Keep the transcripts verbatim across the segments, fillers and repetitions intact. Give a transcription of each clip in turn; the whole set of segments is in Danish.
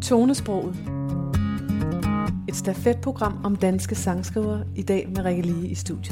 Tonesproget. Et stafetprogram om danske sangskrivere, i dag med Rikke Lie i studiet.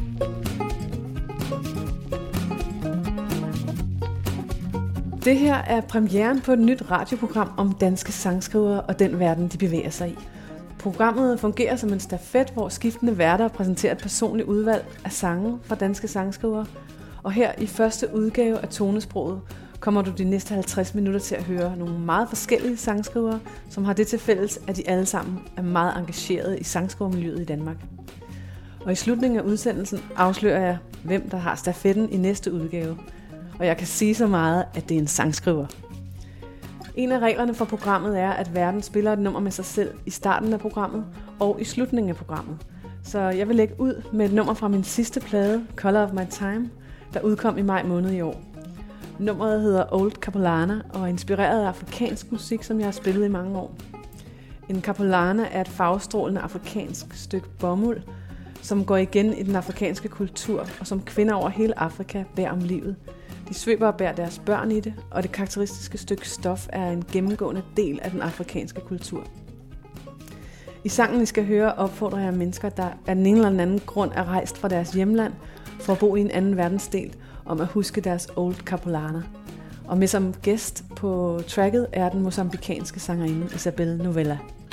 Det her er premieren på et nyt radioprogram om danske sangskrivere og den verden, de bevæger sig i. Programmet fungerer som en stafet, hvor skiftende værter præsenterer et personligt udvalg af sange fra danske sangskrivere. Og her i første udgave af Tonesproget kommer du de næste halvtreds minutter til at høre nogle meget forskellige sangskrivere, som har det til fælles, at de alle sammen er meget engagerede i sangskrivermiljøet i Danmark. Og i slutningen af udsendelsen afslører jeg, hvem der har stafetten i næste udgave. Og jeg kan sige så meget, at det er en sangskriver. En af reglerne for programmet er, at værten spiller et nummer med sig selv i starten af programmet og i slutningen af programmet. Så jeg vil lægge ud med et nummer fra min sidste plade, Color of My Time, der udkom i maj måned i år. Nummeret hedder Old Capulana og er inspireret af afrikansk musik, som jeg har spillet i mange år. En capulana er et farvestrålende afrikansk stykke bomuld, som går igen i den afrikanske kultur, og som kvinder over hele Afrika bærer om livet. De svøber og bærer deres børn i det, og det karakteristiske stykke stof er en gennemgående del af den afrikanske kultur. I sangen, I skal høre, opfordrer jeg mennesker, der af den ene eller den anden grund er rejst fra deres hjemland for at bo i en anden verdensdel, om at huske deres Old Capulana. Og med som gæst på tracket er den mosambikanske sangerinde Isabel Novella.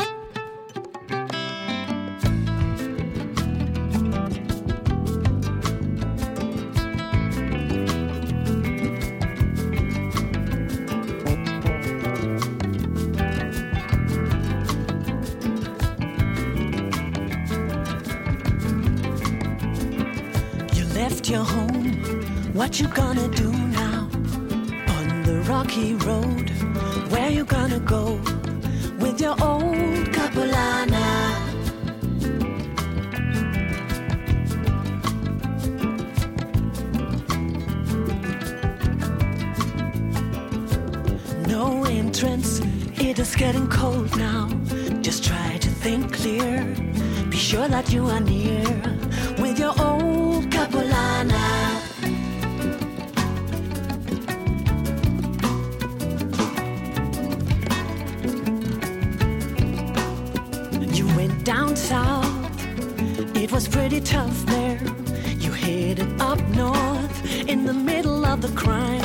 Your home, what you gonna do now? On the rocky road, where you gonna go with your old capulana? No entrance, it is getting cold now. Just try to think clear, be sure that you are near with your old capulana. You went down south, it was pretty tough there. You headed up north in the middle of the crime.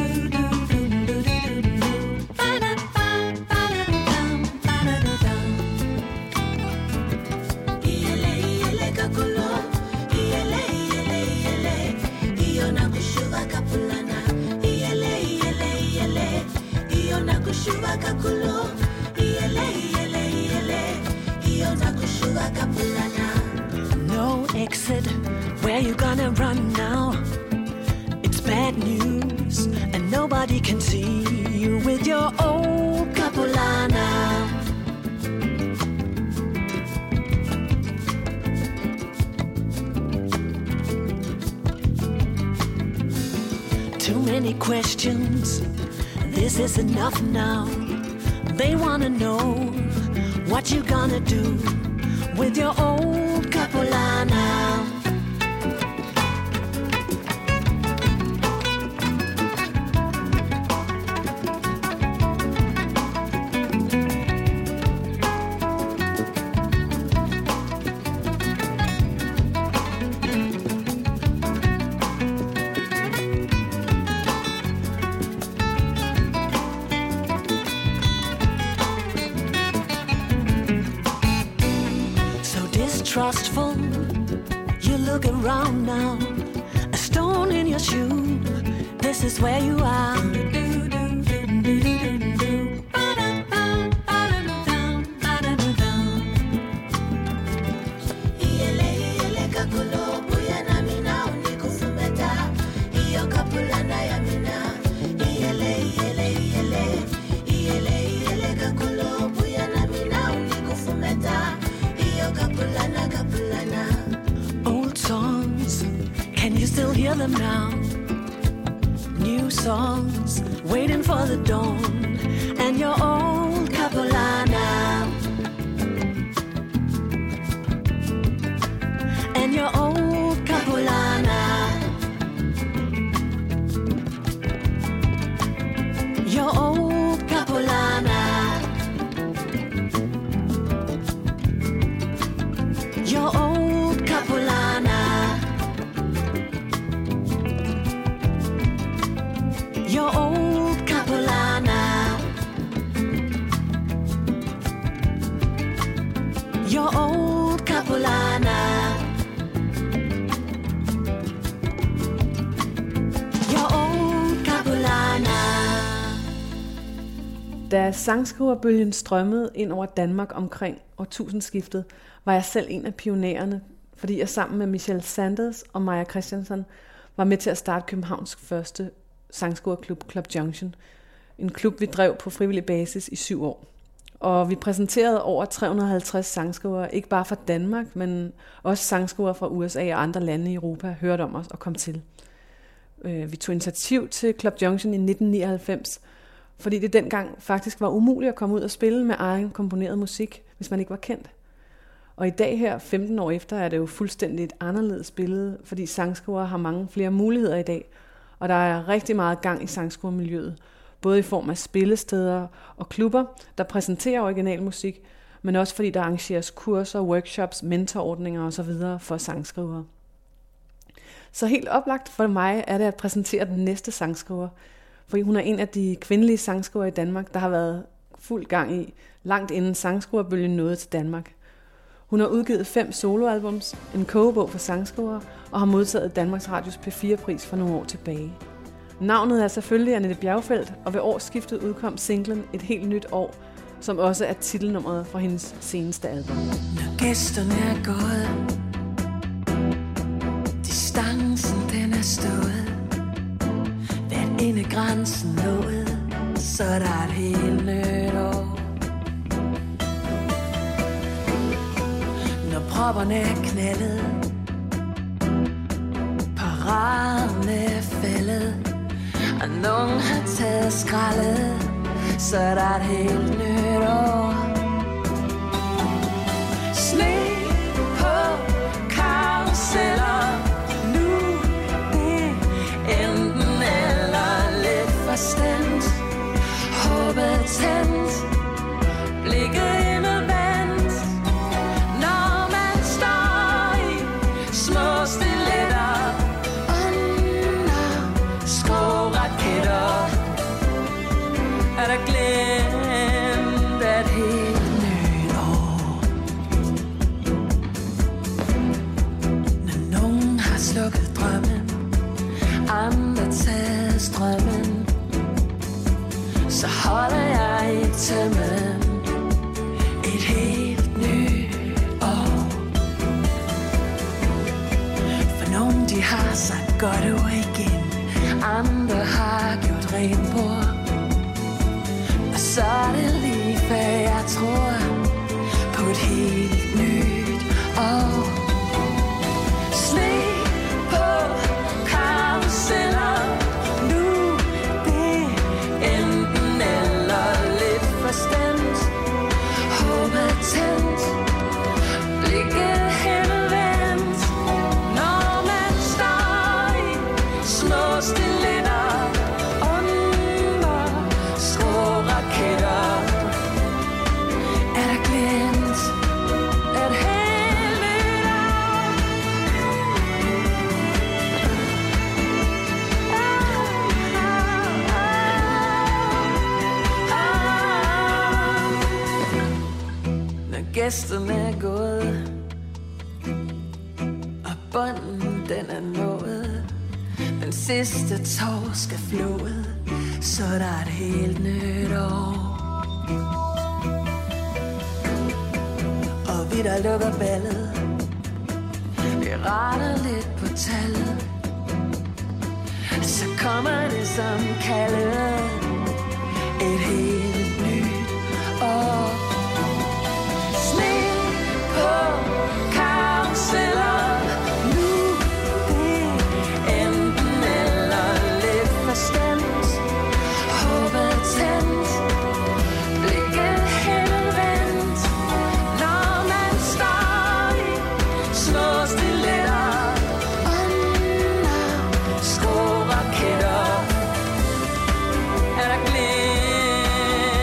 No exit, where you gonna run now? It's bad news, and nobody can see you with your old capulana. Too many questions, this is enough now. They wanna know what you gonna do with your old capulana. Trustful, you look around now, a stone in your shoe, this is where you are. Still hear them now. New songs waiting for the dawn, and your old capulana, and your old capulana, your old capulana. Da sangskriverbølgen strømmede ind over Danmark omkring årtusindskiftet, var jeg selv en af pionererne, fordi jeg sammen med Michelle Sanders og Maja Christiansen var med til at starte Københavns første sangskriverklub, Club Junction. En klub, vi drev på frivillig basis i syv år. Og vi præsenterede over tre hundrede og halvtreds sangskrivere, ikke bare fra Danmark, men også sangskrivere fra U S A og andre lande i Europa, hørte om os og kom til. Vi tog initiativ til Club Junction i nitten nioghalvfems, fordi det dengang faktisk var umuligt at komme ud og spille med egen komponeret musik, hvis man ikke var kendt. Og i dag her, femten år efter, er det jo fuldstændig et anderledes billede, fordi sangskrivere har mange flere muligheder i dag, og der er rigtig meget gang i sangskrivermiljøet, både i form af spillesteder og klubber, der præsenterer original musik, men også fordi der arrangeres kurser, workshops, mentorordninger osv. for sangskrivere. Så helt oplagt for mig er det at præsentere den næste sangskriver, fordi hun er en af de kvindelige sangskrivere i Danmark, der har været fuld gang i, langt inden sangskriverbølgen nåede til Danmark. Hun har udgivet fem soloalbums, en kogebog for sangskrivere og har modtaget Danmarks Radios P fire pris for nogle år tilbage. Navnet er selvfølgelig Annette Bjergfeldt, og ved årsskiftet udkom singlen Et helt nyt år, som også er titelnummeret fra hendes seneste album. Når gæsterne er gået, distancen den er stået, hvert ende grænsen nået, så er der et helt nyt år. Når propperne er knældet, paraden er fældet, og nogen har taget skraldet, så er der et helt nyt år. Sne på karuseller, nu det enten eller lidt for stemt. Håbet tændt, blikket himmelvendt, når man står i små stiletter under skovraketter. Er der glemt et helt nyt år? Når nogen har slukket drømmen, andre taget strømmen, så holder jeg i tømmen. Et helt nyt år. For nogen de har sagt godt ord igen, andre har gjort rent bord. Og så er det lige før jeg tror på et helt nyt år. Sne på karuseller, nu det enten eller lidt for stemt. Håbet tændt, blikket himmelvendt, når man står i små stiletter under skovraketter. Er der glemt et helt nyt år? Når gæsterne er gået, og bunden den er nået, den sidste tår skal flået, så er der et helt nyt år. Og vi der lukker ballet, vi retter lidt på tallet, så kommer det som kaldet. Et helt nyt år. Sne på karuseller, nu det enten eller lidt for stemt. Håbet tændt, blikket himmelvendt, når man står i små stiletter under skovraketter. Er der glemt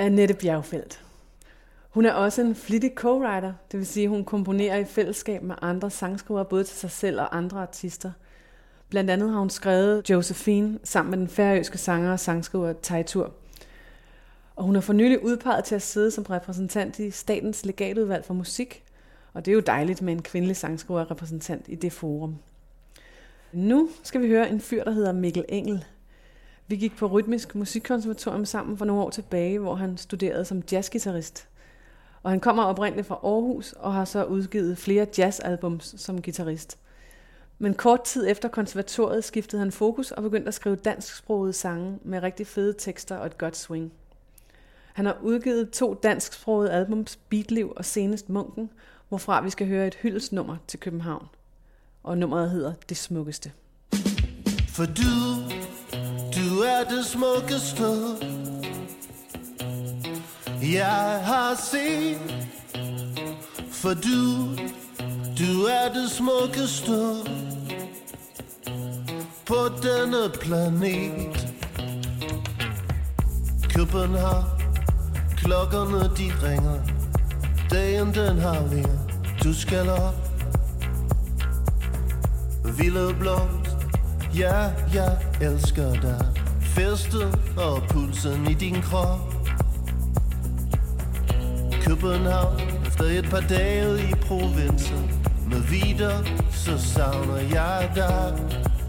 Annette Bjergfeldt. Hun er også en flittig co-writer, det vil sige, at hun komponerer i fællesskab med andre sangskrivere, både til sig selv og andre artister. Blandt andet har hun skrevet Josephine sammen med den færøske sanger og sangskriver Teitur. Og hun er for nylig udpeget til at sidde som repræsentant i Statens Legatudvalg for Musik, og det er jo dejligt med en kvindelig sangskriver repræsentant i det forum. Nu skal vi høre en fyr, der hedder Mikkel Engel. Vi gik på Rytmisk Musikkonservatorium sammen for nogle år tilbage, hvor han studerede som jazzgitarrist. Og han kommer oprindeligt fra Aarhus og har så udgivet flere jazzalbums som guitarist. Men kort tid efter konservatoriet skiftede han fokus og begyndte at skrive dansksprogede sange med rigtig fede tekster og et godt swing. Han har udgivet to dansksprogede albums, Beatliv og senest Munken, hvorfra vi skal høre et hyldestnummer til København. Og nummeret hedder Det Smukkeste. For du, du er det smukkeste, jeg har set. For du, du er det smukkeste på denne planet. København, klokkerne de ringer, dagen den har været, du skal op. Vilde blomst, ja, jeg elsker dig. Festet og pulsen i din krop. København, efter et par dage i provinsen, med videre, så savner jeg dig.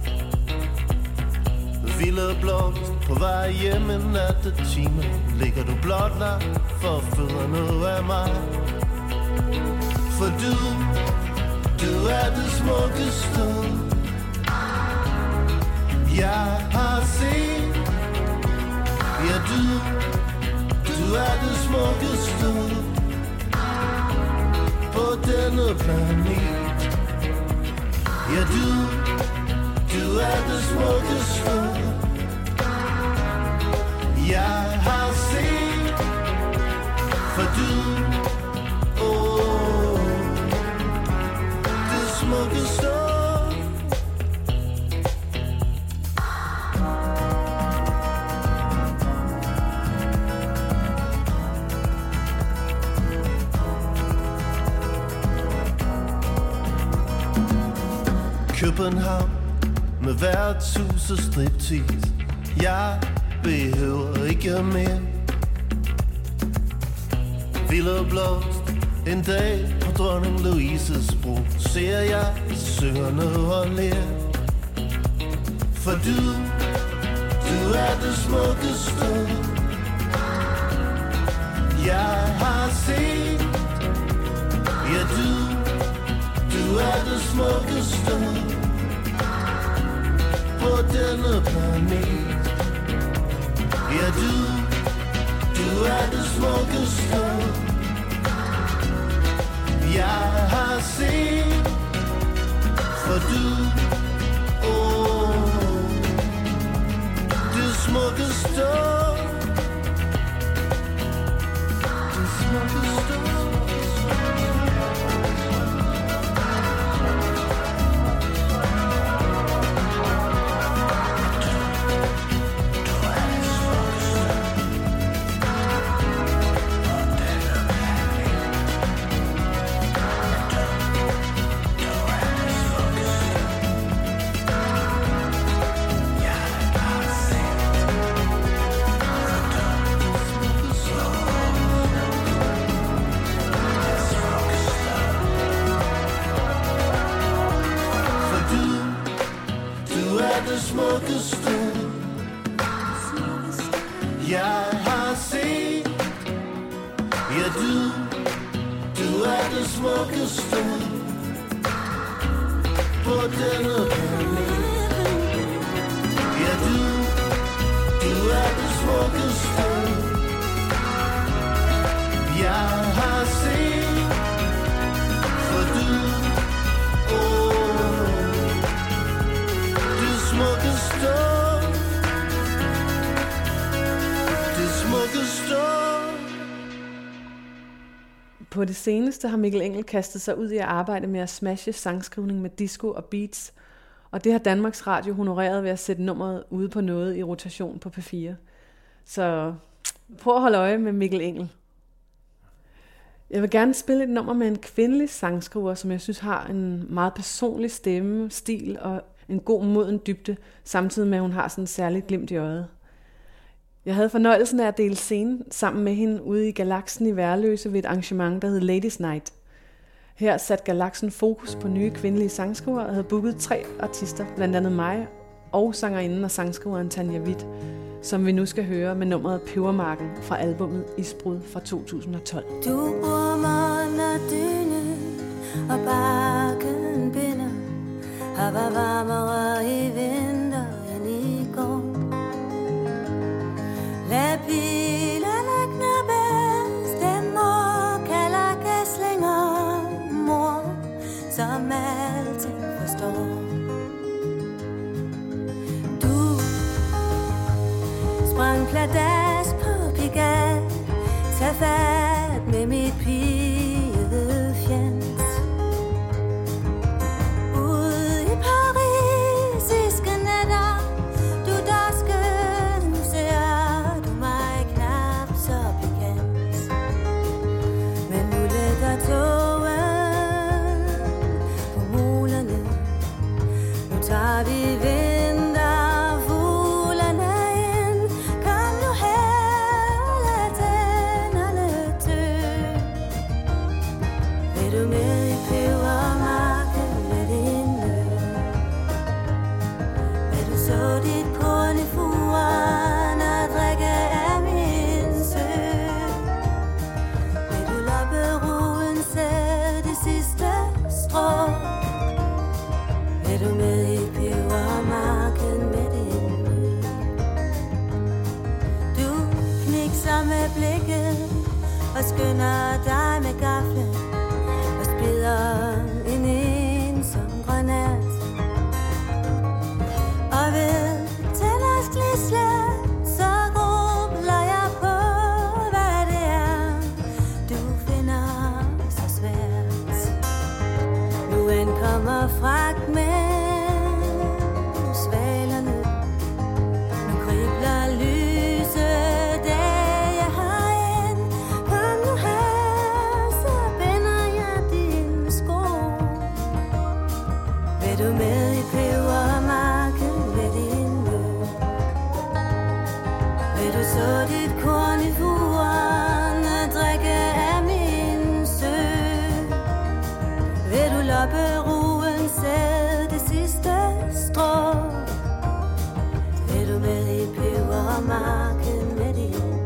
Vilde blomst, på vej hjem en nattetime, ligger du blotlagt for fødderne af mig. For du, du er det smukkeste, jeg har set. Ja, du, du er det smukkeste på denne planet. Ja, du, du er det smukkeste, jeg har set. For du, åh, det smukkeste. København med værtshus og striptease, jeg behøver ikke mere. Vilde blomst, en dag på Dronning Louises bro, ser jeg søerne og ler. For du, du er det smukkeste, jeg har set. Ja, du, du er det smukkeste på denne planet. Ja, du, du er det smukkeste, jeg har set. For du, åh, det smukkeste, det smukkeste. Smukkeste, jeg har set. Ja, du, du er det smukkeste på denne planet. Ja, du, du er det smukkeste, jeg har set. For du, åh, det smukkeste, det smukkeste. På det seneste har Mikkel Engel kastet sig ud i at arbejde med at smashe sangskrivning med disco og beats, og det har Danmarks Radio honoreret ved at sætte nummeret ude på noget i rotation på P fire. Så Prøv at holde øje med Mikkel Engel. Jeg vil gerne spille et nummer med en kvindelig sangskriver, som jeg synes har en meget personlig stemme, stil og en god moden dybde, samtidig med, at hun har sådan en særlig glimt i øjet. Jeg havde fornøjelsen af at dele scenen sammen med hende ude i Galaksen i Værløse ved et arrangement, der hed Ladies Night. Her satte Galaksen fokus på nye kvindelige sangskrivere og havde booket tre artister, blandt andet mig og sangerinden og sangskriveren Tanja Witt, som vi nu skal høre med nummeret Pebermarken fra albumet Isbrud fra to tusind og tolv. Du rummer under dynen, og bakken binder, har været varmere i vinter end i går. Lad bilerne knappes, dem mor kalder gæslinger, mor, som alting forstår. Sprang pladas på Pigalle, tag fat med mit pigede fjends. Ude i parisiske nætter, du daske, nu ser du mig knap så bekendt. Men nu lægger toget på mulerne, nu tager vi vind. Og skynder dig med gaflen og spider en ensom granat. Og ved tænders glisle, så grubler jeg på, hvad det er, du finder så svært. Nu ankommer fragment svalerne, nu kribler lyset. Du med i pebermarken med din løn? Vil du så dit korn i furen og drikke af min sø? Vil du loppe roen, sæd det sidste strå? Vil du med i pebermarken med din løn?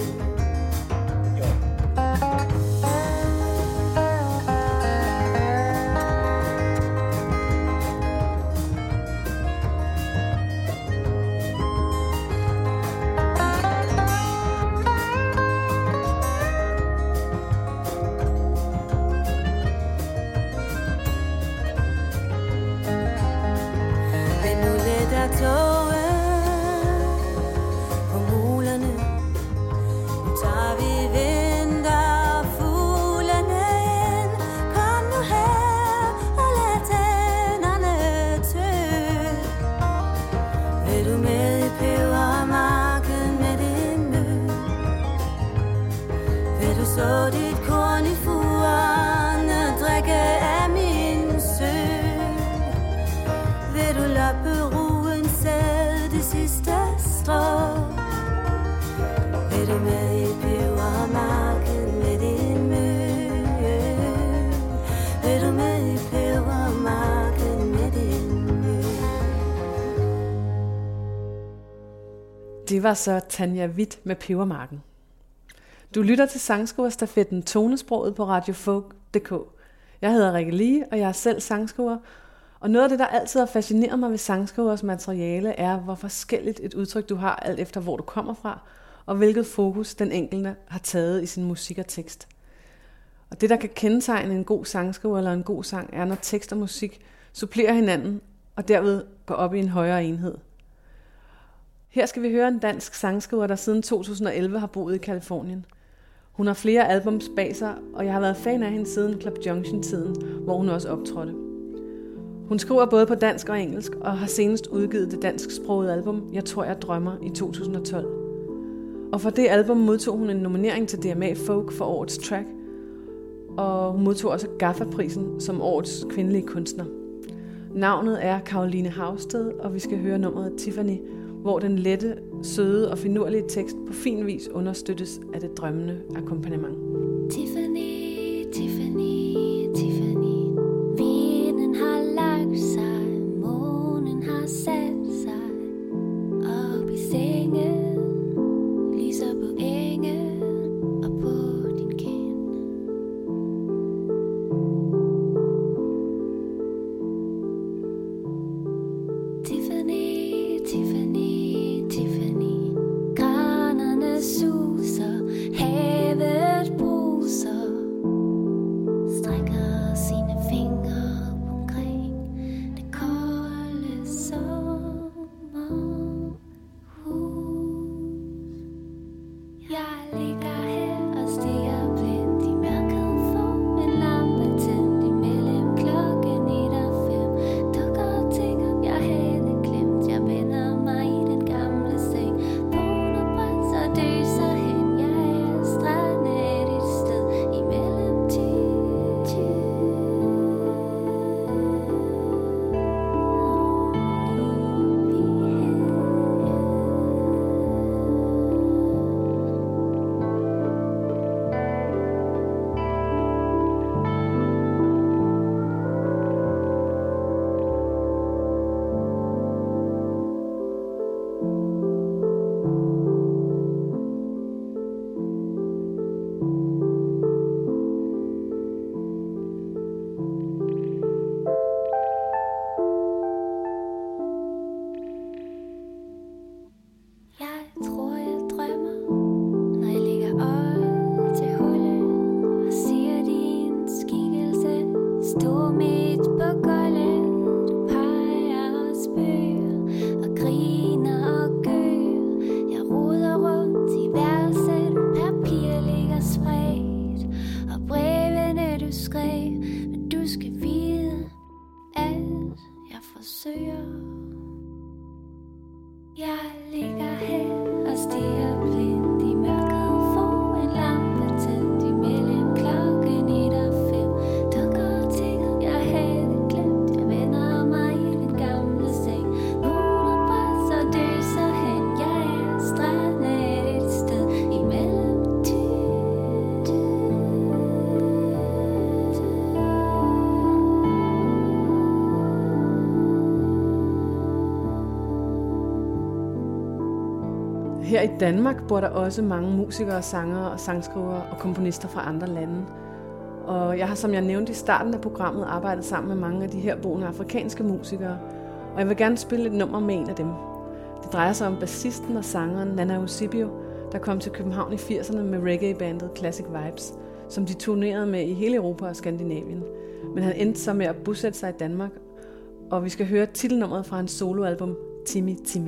Så dit korn i furen og drikke af min sø. Vil du loppe roen, sæd det sidste strå? Vil du med i pebermarken med din mø? Vil du med i pebermarken med din mø? Det var så Tanja Witt med Pebermarken. Du lytter til sangskriverstafetten Tonesproget på Radio Folk punktum d k. Jeg hedder Rikke Lie, og jeg er selv sangskriver. Og noget af det, der altid har fascineret mig ved sangskrivers materiale, er, hvor forskelligt et udtryk du har, alt efter hvor du kommer fra, og hvilket fokus den enkelte har taget i sin musik og tekst. Og det, der kan kendetegne en god sangskriver eller en god sang, er, når tekst og musik supplerer hinanden, og derved går op i en højere enhed. Her skal vi høre en dansk sangskriver, der siden to tusind og elleve har boet i Californien. Hun har flere albums bag sig, og jeg har været fan af hende siden Club Junction-tiden, hvor hun også optrådte. Hun skriver både på dansk og engelsk, og har senest udgivet det dansksprogede album Jeg tror, jeg drømmer i to tusind og tolv. Og for det album modtog hun en nominering til D M A Folk for årets track, og hun modtog også Gaffa-prisen som årets kvindelige kunstner. Navnet er Caroline Hausted, og vi skal høre nummeret Tiffany, hvor den lette, søde og finurlige tekst på fin vis understøttes af det drømmende akkompagnement. Tiffany, Tiffany, Tiffany. Vinden har lagt sig, månen har sat sig op i sengen, lyser på engen og på din kind. Tiffany, Tiffany, Tiffany. Granerne suser, havet bruser, strækker sine fingre omkring det kolde sommerhus. Jeg ligger her og stiger blindt i mørket, får en lampe tændt imellem klokken et og fem. Dukker og tænker, jeg havde glemt, jeg vender mig i den gamle seng. Vågner bræt og døser hen, jeg er strandet et sted imellem tid, tid. Jeg tror, jeg drømmer, når jeg lægger øjet til hullet og ser din skikkelse stå midt på gulvet. Du peger og spørger og griner og gør. Jeg roder rundt i værelset, papir ligger spredt og brevene du skrev. Men du skal vide, at jeg forsøger. Jeg ligger her og stiger blindt i mørket, får en lampe tændt imellem klokken et og fem. Dukker og tænker, jeg havde glemt, jeg vender mig i den gamle seng. Vågner bræt og døser hen, jeg er strandet et sted imellem tid. Her i Danmark bor der også mange musikere, sangere og sangskrivere og komponister fra andre lande. Og jeg har, som jeg nævnte i starten af programmet, arbejdet sammen med mange af de her boende afrikanske musikere. Og jeg vil gerne spille et nummer med en af dem. Det drejer sig om bassisten og sangeren Nana Usibio, der kom til København i firserne med reggae-bandet Classic Vibes, som de turnerede med i hele Europa og Skandinavien. Men han endte så med at bosætte sig i Danmark, og vi skal høre titelnummeret fra hans soloalbum Timmy Timmy.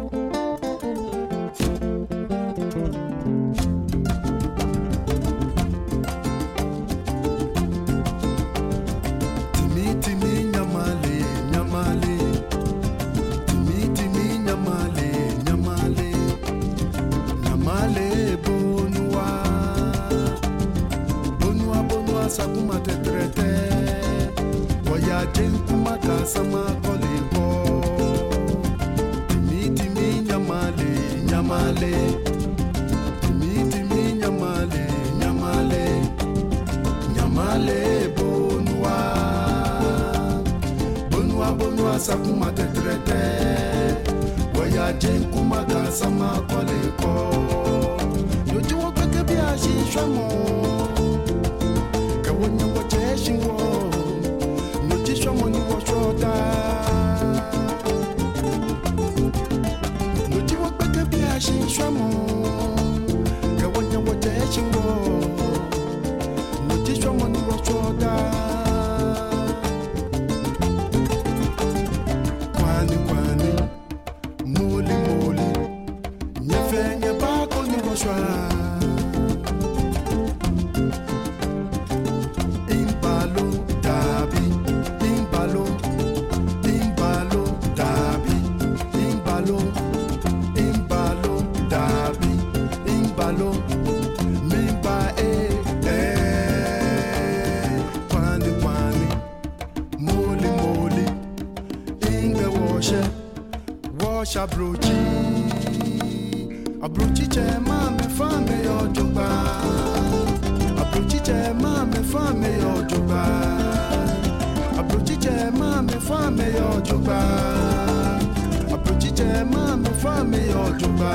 Sama koleko Timi timi nyamale nyamale Timi timi nyamale nyamale Nyamale bonwa Bonwa bonwa sakuma tetrete Voyage kumaka sama koleko Yojiwa kweke biashi shwamo Kawonya wache shingwo Shomoni wa shoda Nuti wa kweke biashi shwamo Kawanya wa jeshingo Nuti shomoni wa shoda Kwani kwani Muli muli Nyefe nyebako ni wa shwa Impalo shabrochi abrochi chema me fame yo jogba abrochi chema me fame yo jogba abrochi chema me fame yo jogba abrochi chema me fame yo jogba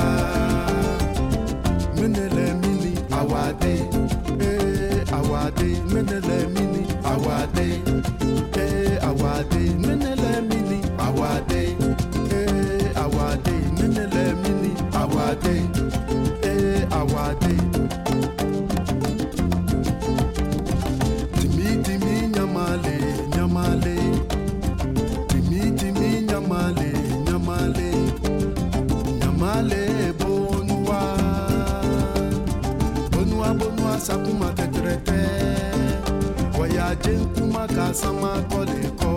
menele mini awade eh awade menele mini awade eh awade menele mini awade eh awade menele mini awade eh awade timi timi nyamale nyamale timi timi nyamale nyamale nyamale bonwa bonwa bonwa sakuma tetrete waya jenkuma kasama koleko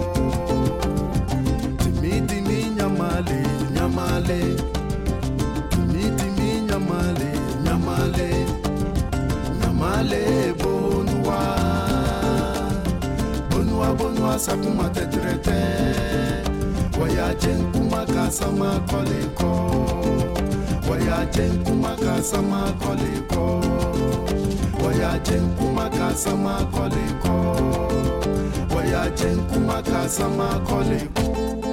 timi timi nyamale nyamale timi timi nyamale nyamale nyamale bonwa bonwa bonwa sakuma tetrete waya jenkuma kasama koleko waya jenkuma kasama koleko waya jenkuma kasama koleko waya jenkuma kasama koleko.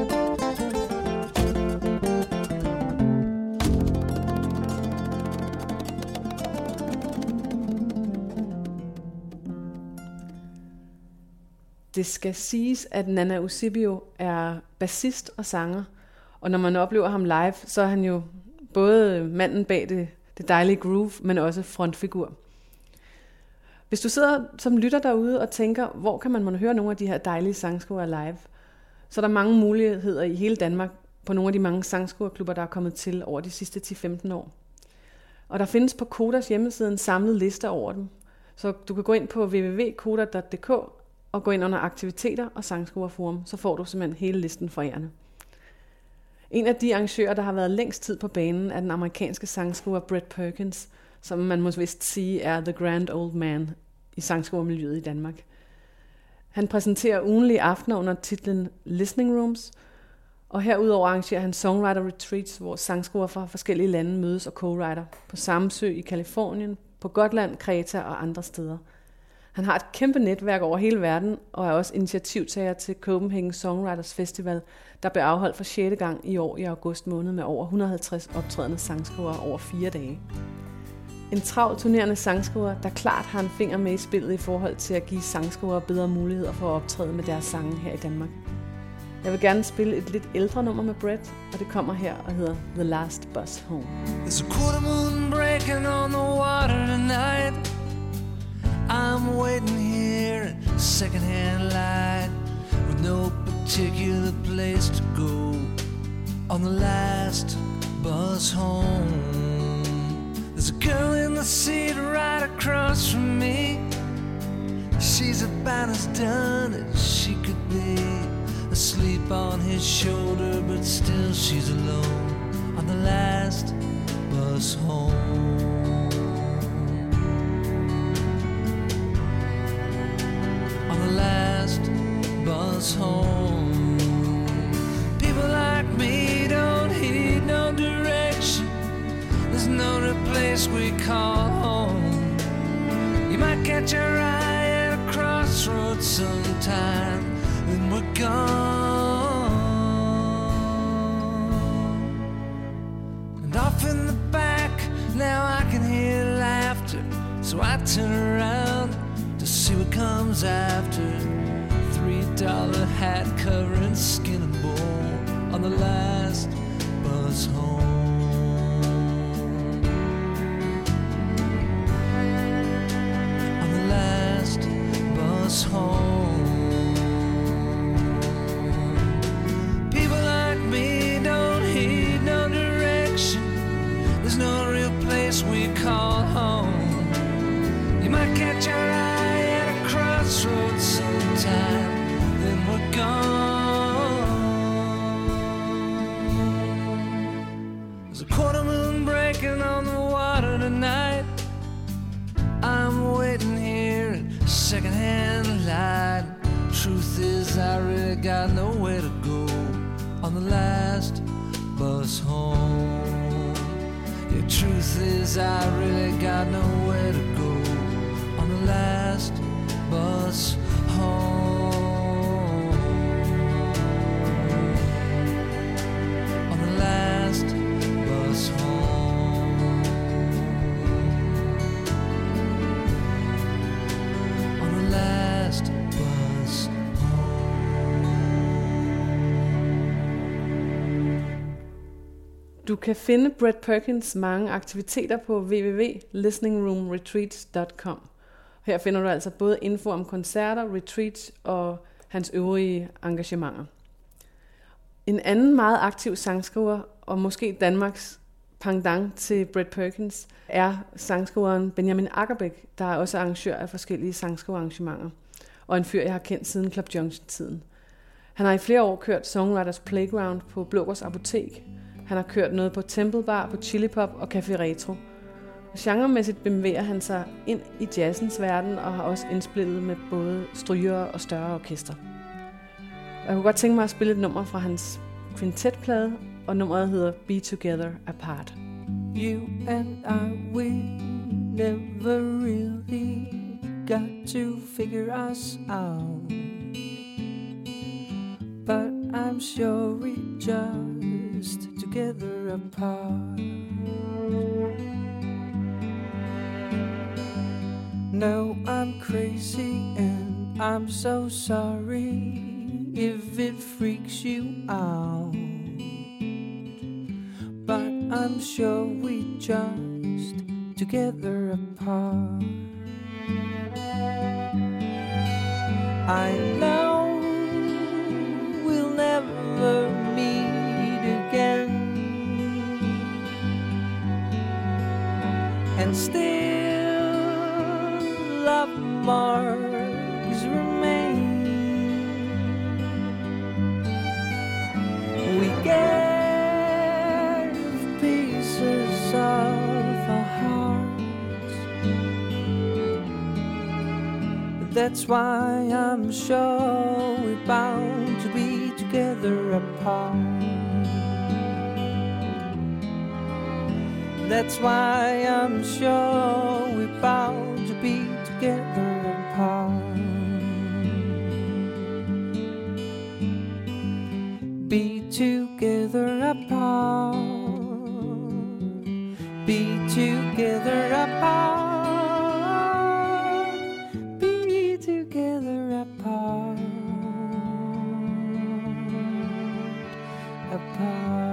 Det skal siges, at Nana Eusebio er bassist og sanger, og når man oplever ham live, så er han jo både manden bag det, det dejlige groove, men også frontfigur. Hvis du sidder som lytter derude og tænker, hvor kan man måtte høre nogle af de her dejlige sangskrivere live, så er der mange muligheder i hele Danmark på nogle af de mange sangskriverklubber, der er kommet til over de sidste ti til femten år. Og der findes på Kodas hjemmeside en samlet liste over dem, så du kan gå ind på w w w punktum koda punktum d k og gå ind under aktiviteter og sangskriverforum, så får du simpelthen hele listen forærende. En af de arrangører, der har været længst tid på banen, er den amerikanske sangskriver Brett Perkins, som man må vist sige er the grand old man i sangskrivermiljøet i Danmark. Han præsenterer ugenlige aftener under titlen Listening Rooms, og herudover arrangerer han songwriter retreats, hvor sangskrivere fra forskellige lande mødes og co-writer på Samsø i Kalifornien, på Gotland, Kreta og andre steder. Han har et kæmpe netværk over hele verden, og er også initiativtager til Copenhagen Songwriters Festival, der blev afholdt for sjette gang i år i august måned med over et hundrede og halvtreds optrædende sangskrivere over fire dage. En travlt turnerende sangskriver, der klart har en finger med i spillet i forhold til at give sangskrivere bedre muligheder for at optræde med deres sange her i Danmark. Jeg vil gerne spille et lidt ældre nummer med Brett, og det kommer her og hedder The Last Bus Home. There's a quarter moon breaking on the water tonight. I'm waiting here at secondhand light with no particular place to go on the last bus home. There's a girl in the seat right across from me. She's about as done as she could be, asleep on his shoulder, but still she's alone on the last bus home. Last bus home. People like me don't heed no direction. There's no real place we call home. You might catch our eye at a crossroads sometime, then we're gone. And off in the back, now I can hear laughter, so I turn around to see what comes after. Three dollar hat covering skin and bone on the last bus home. On the last bus home. People like me don't heed no direction. There's no real place we call home. You might catch our eye at a crossroads sometime, then we're gone. There's a quarter moon breaking on the water tonight. I'm waiting here at secondhand light. Truth is I really got nowhere to go on the last bus bus home. The truth is I really got nowhere to go on the last bus home. On the last bus home. On the last bus home. Du kan finde Brett Perkins mange aktiviteter på w w w punktum listening room retreats punktum com. Her finder du altså både info om koncerter, retreats og hans øvrige engagementer. En anden meget aktiv sangskriver, og måske Danmarks pendant til Brett Perkins, er sangskriveren Benjamin Aggerbeck, der er også arrangør af forskellige sangskriverarrangementer, og en fyr, jeg har kendt siden Club Junction-tiden. Han har i flere år kørt Songwriters Playground på Blågårds Apotek. Han har kørt noget på Temple Bar, på Chili Pop og Café Retro. Genremæssigt bevæger han sig ind i jazzens verden og har også indspillet med både strygere og større orkester. Og jeg kunne godt tænke mig at spille et nummer fra hans quintetplade, og nummeret hedder Be Together Apart. You and I, we never really got to figure us out, but I'm sure we just together apart. No, I'm crazy and I'm so sorry if it freaks you out, but I'm sure we just together apart. I know we'll never meet again, and still love marks remain. We gave pieces of our hearts. That's why I'm sure we're bound to be together apart. That's why I'm sure we're bound to be together apart. Be together apart. Be together apart. Be together apart. Apart.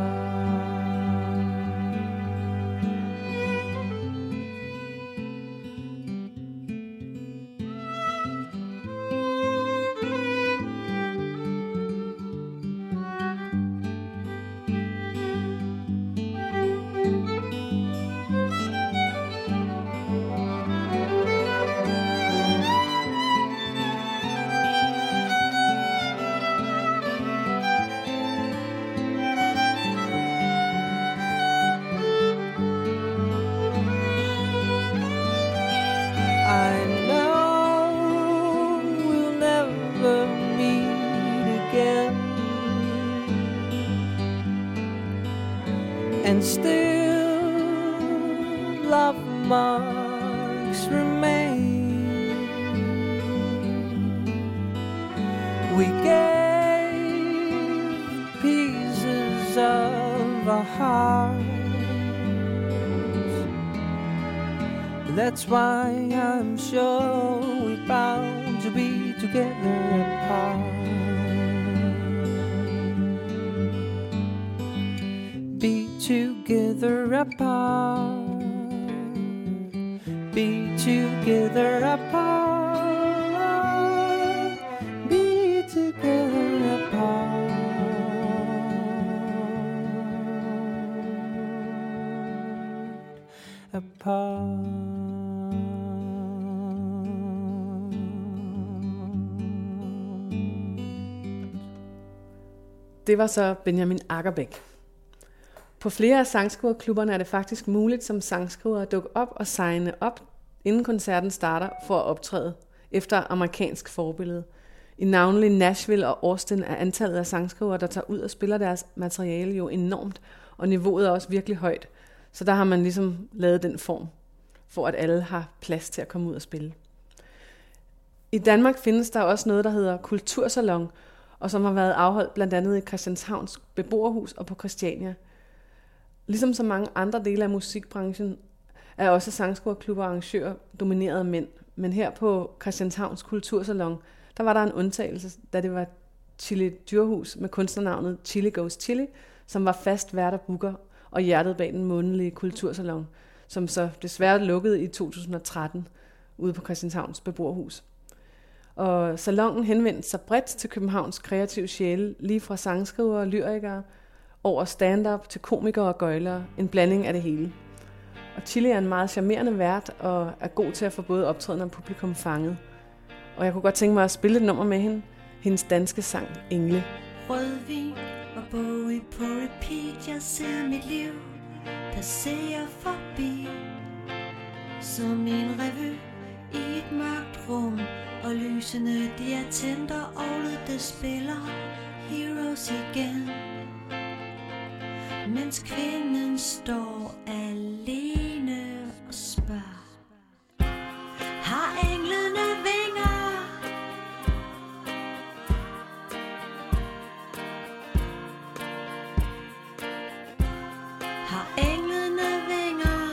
And still love marks remain. We gave pieces of our hearts. That's why I'm sure we're bound to be together apart. Together apart. Be together apart. Be together apart. Apart. Det var så Benjamin Aggerbeck. På flere af sangskriverklubberne er det faktisk muligt som sangskriver at dukke op og signe op, inden koncerten starter, for at optræde, efter amerikansk forbillede. I navnlig Nashville og Austin er antallet af sangskrivere, der tager ud og spiller deres materiale, jo enormt, og niveauet er også virkelig højt. Så der har man ligesom lavet den form, for at alle har plads til at komme ud og spille. I Danmark findes der også noget, der hedder Kultursalon, og som har været afholdt blandt andet i Christianshavns beboerhus og på Christiania. Ligesom så mange andre dele af musikbranchen er også sangskriverklubber og arrangører domineret af mænd. Men her på Christianshavns Kultursalon, der var der en undtagelse, da det var Chili Dyrhus med kunstnernavnet Chili Goes Chili, som var fast vært og booker og hjertet bag den månedlige Kultursalon, som så desværre lukkede i to tusind og tretten ude på Christianshavns beboerhus. Og salongen henvendte sig bredt til Københavns kreative sjæle, lige fra sangskrivere og lyrikere, over stand-up til komikere og gøjlere, en blanding af det hele. Og Chili er en meget charmerende vært og er god til at få både optræden og publikum fanget. Og jeg kunne godt tænke mig at spille et nummer med hende, hendes danske sang Engle. Rødvin og Bowie på repeat, jeg ser mit liv, der ser forbi. Som en revy i et mørkt rum, og lysene de er tændt, og orlet det spiller Heroes igen. Mens kvinden står alene og spørger, har englene vinger? Har englene vinger?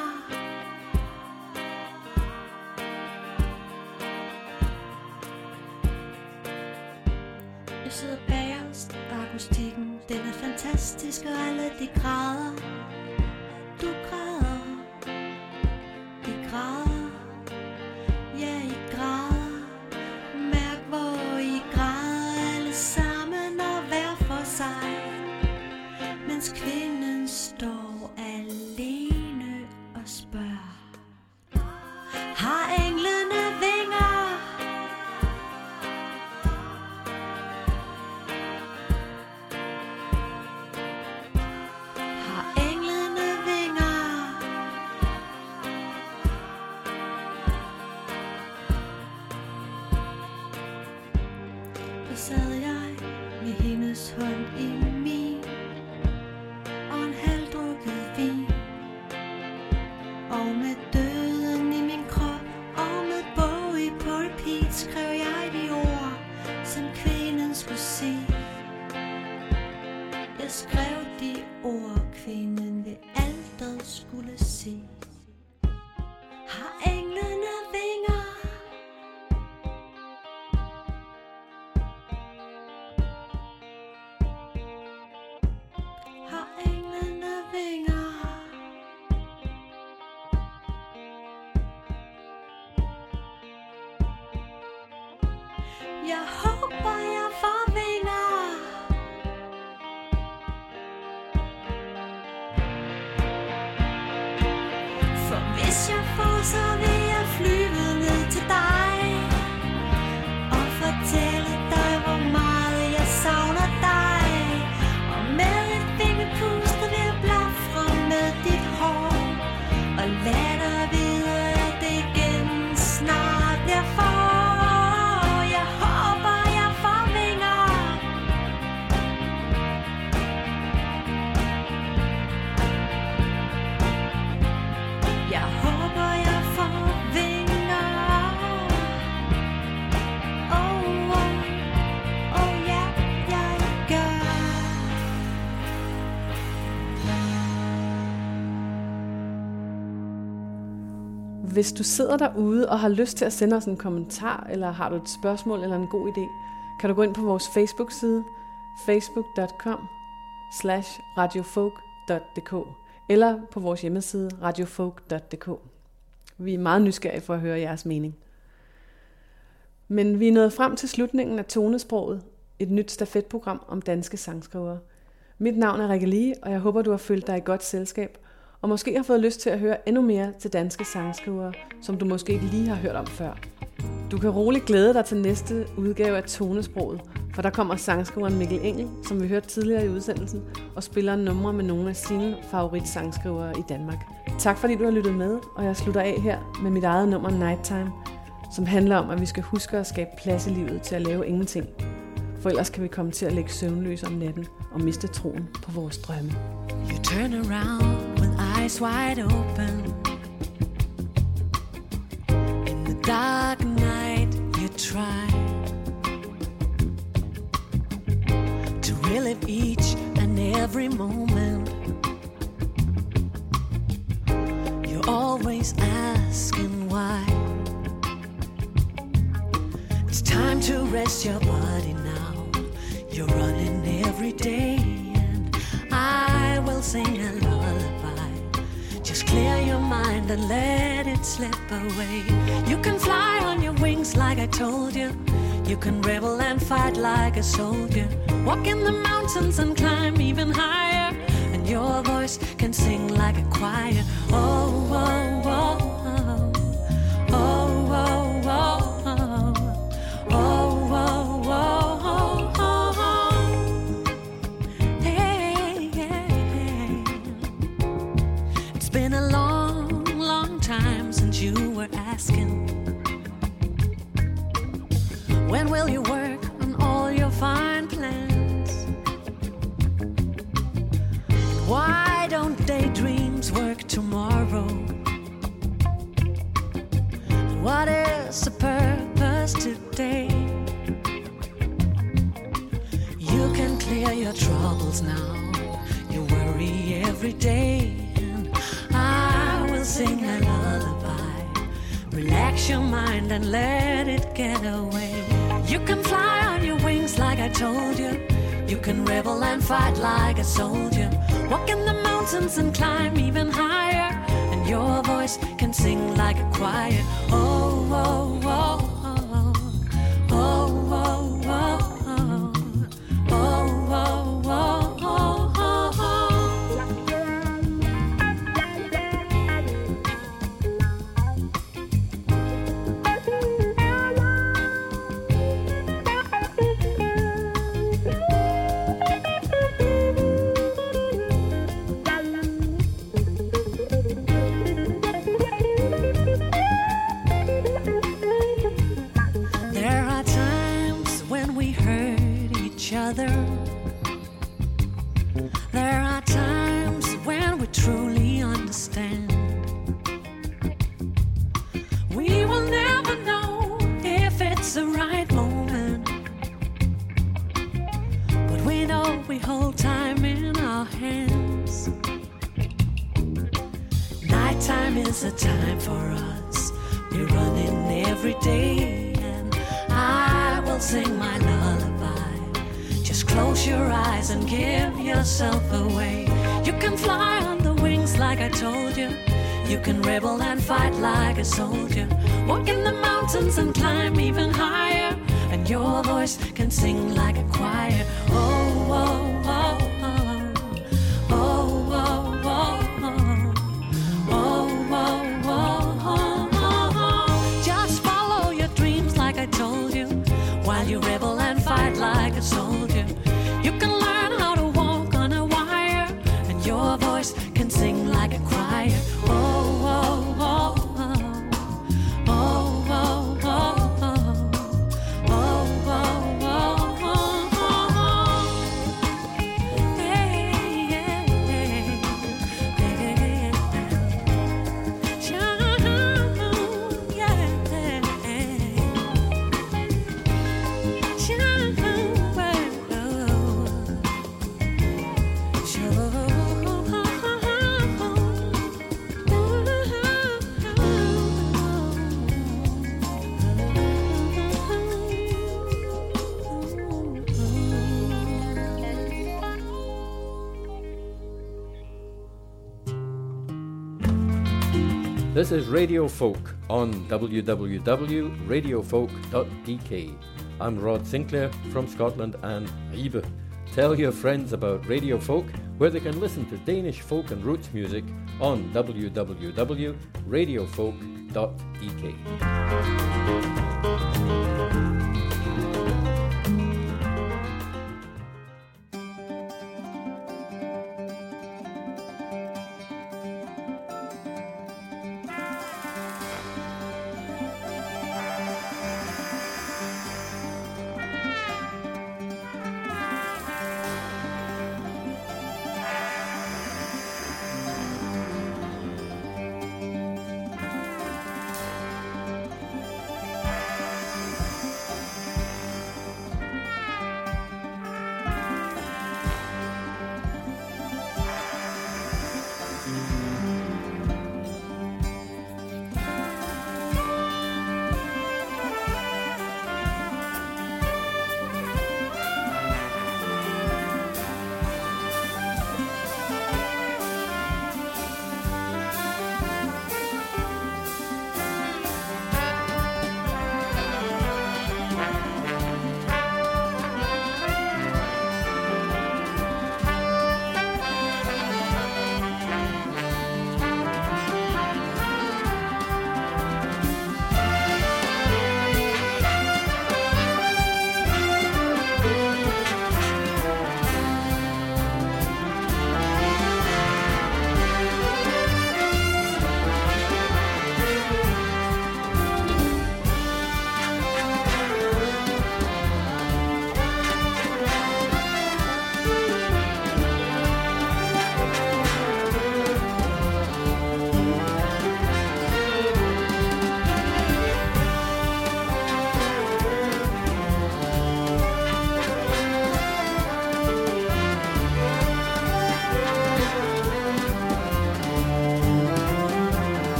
Jeg sidder bagerst, og akustikken den er fantastisk, og alle de græder. Du græder. De græder. Ja, I græder. Mærk, hvor I græder alle sammen og hver for sig. Mens kvinden står alene og spørger, har englene vinger? Sad jeg med hendes hånd i min, og en halvdrukket vin, og med døden i min krop, og med Bowie på repeat, skrev jeg de ord, som kvinden skulle sige. Jeg skrev de ord, kvinden ved alteret skulle sige. Har englene vinger? Jeg håber, jeg får vinger. For hvis jeg får, så vil jeg flyve ned til dig og fortælle dig, hvor meget jeg savner dig. Og med et vingepust vil jeg blafre med dit hår og lad dig vide, at det igen snart jeg får. Hvis du sidder derude og har lyst til at sende os en kommentar, eller har du et spørgsmål eller en god idé, kan du gå ind på vores Facebook-side, facebook punktum com slash radiofolk punktum d k, eller på vores hjemmeside, radiofolk punktum d k. Vi er meget nysgerrige for at høre jeres mening. Men vi er nået frem til slutningen af Tonesproget, et nyt stafetprogram om danske sangskrivere. Mit navn er Rikke Lie, og jeg håber, du har følt dig i godt selskab, og måske har fået lyst til at høre endnu mere til danske sangskrivere, som du måske ikke lige har hørt om før. Du kan roligt glæde dig til næste udgave af Tonesproget, for der kommer sangskriveren Mikkel Engel, som vi hørte tidligere i udsendelsen, og spiller numre med nogle af sine favoritsangsskrivere i Danmark. Tak fordi du har lyttet med, og jeg slutter af her med mit eget nummer Nighttime, som handler om, at vi skal huske at skabe plads i livet til at lave ingenting. For ellers kan vi komme til at ligge søvnløse om natten og miste troen på vores drømme. You turn around with eyes wide open. In the dark night you try to relive each and every moment. You're always asking why. It's time to rest your body now. You're running every day, and I will sing a lullaby. Just clear your mind and let it slip away. You can fly on your wings like I told you. You can rebel and fight like a soldier. Walk in the mountains and climb even higher. And your voice can sing like a choir. Oh, oh, oh, oh. Oh, oh, oh, oh. Oh, oh, oh, oh. Hey, hey, hey. It's been a long, long time since you were asking, when will you work on all your fine plans? Why don't daydreams work tomorrow? What is the purpose today? You can clear your troubles now. You worry every day, and I will sing a lullaby. Relax your mind and let it get away. You can fly on your wings like I told you. You can rebel and fight like a soldier. Walk in the mountains and climb even higher. And your voice can sing like a choir. Oh, oh, oh, oh. Oh, oh, oh, oh. Oh, oh, oh, oh, oh. There are times when we hurt each other. There are times when we truly understand. We will never know if it's the right moment, but we know we hold time in our hands. Nighttime is a time for us. We're running every day, and I will sing my lullaby. Just close your eyes and give yourself away. You can fly on the wings like I told you. You can rebel and fight like a soldier. Walk in the mountains and climb even higher. And your voice can sing like a choir. Oh, oh, oh, oh. Oh, oh, oh, oh. Oh, oh, oh, oh. Just follow your dreams like I told you. While you rebel and fight like a soldier. You can learn how to walk on a wire. And your voice can sing like a choir. Oh, oh, oh, oh. Oh, oh, oh, oh. Oh, oh, oh, oh, oh. Hey, hey, hey. Hey, hey, hey. Shine, yeah. Shine, This is Radio Folk on w w w dot radio folk dot d k. I'm Rod Sinclair from Scotland and Ribe. Tell your friends about Radio Folk, where they can listen to Danish folk and roots music on w w w dot radio folk dot d k.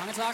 Mange tak.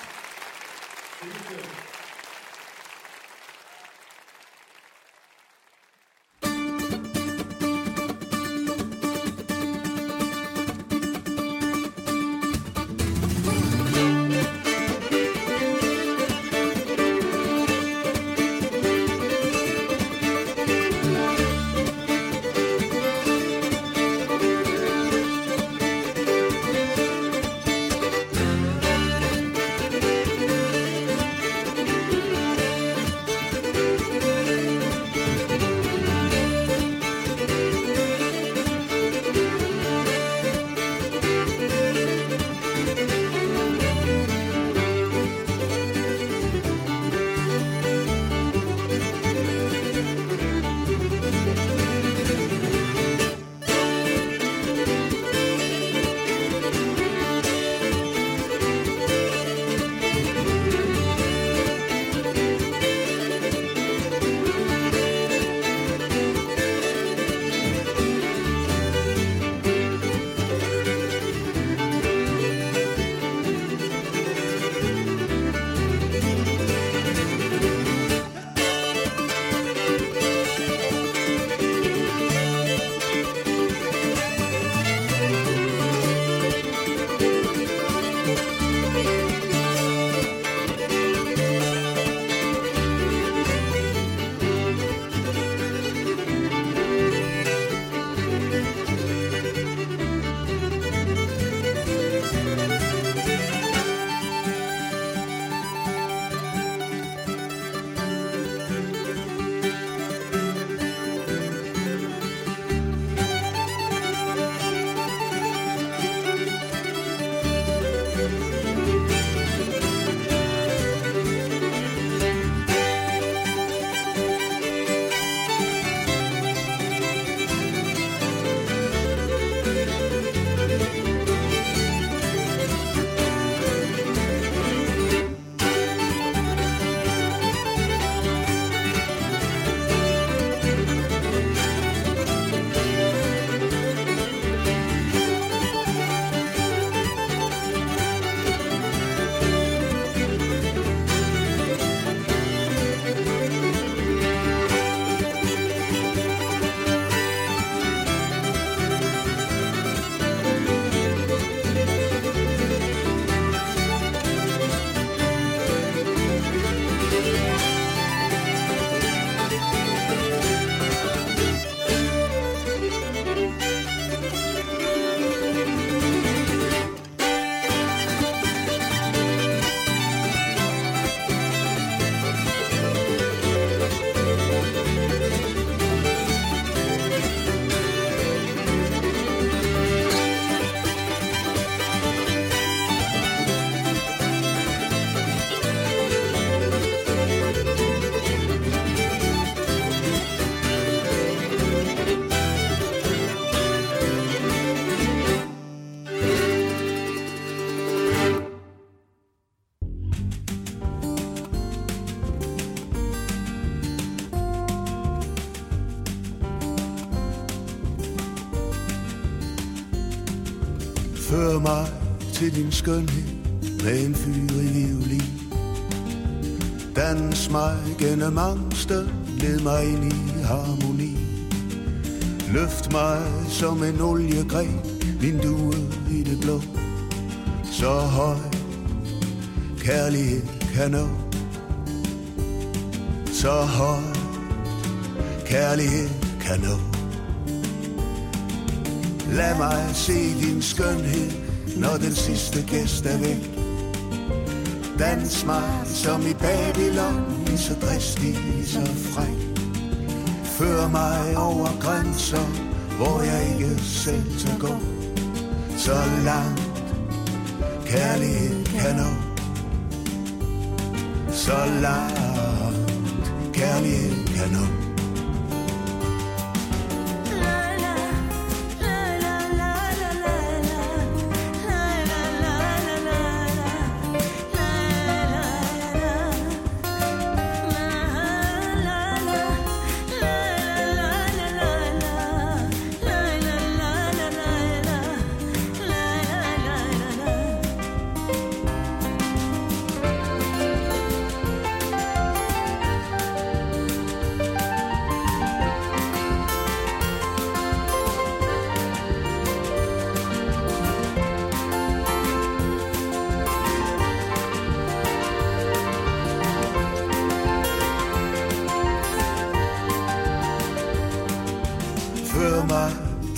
Før mig til din skønhed med en fyrig violin. Dans mig gennem angsten, led mig ind i harmoni. Løft mig som en oliegreb, min due i det blå. Så høj kærlighed kan nå. Så høj kærlighed kan nå. Lad mig se din skønhed, når den sidste gæst er væk. Dans mig som i Babylon, lige så dristig, lige så fræk. Før mig over grænser, hvor jeg ikke selv tør gå. Så langt kærlighed kan nå. Så langt kærlighed kan nå.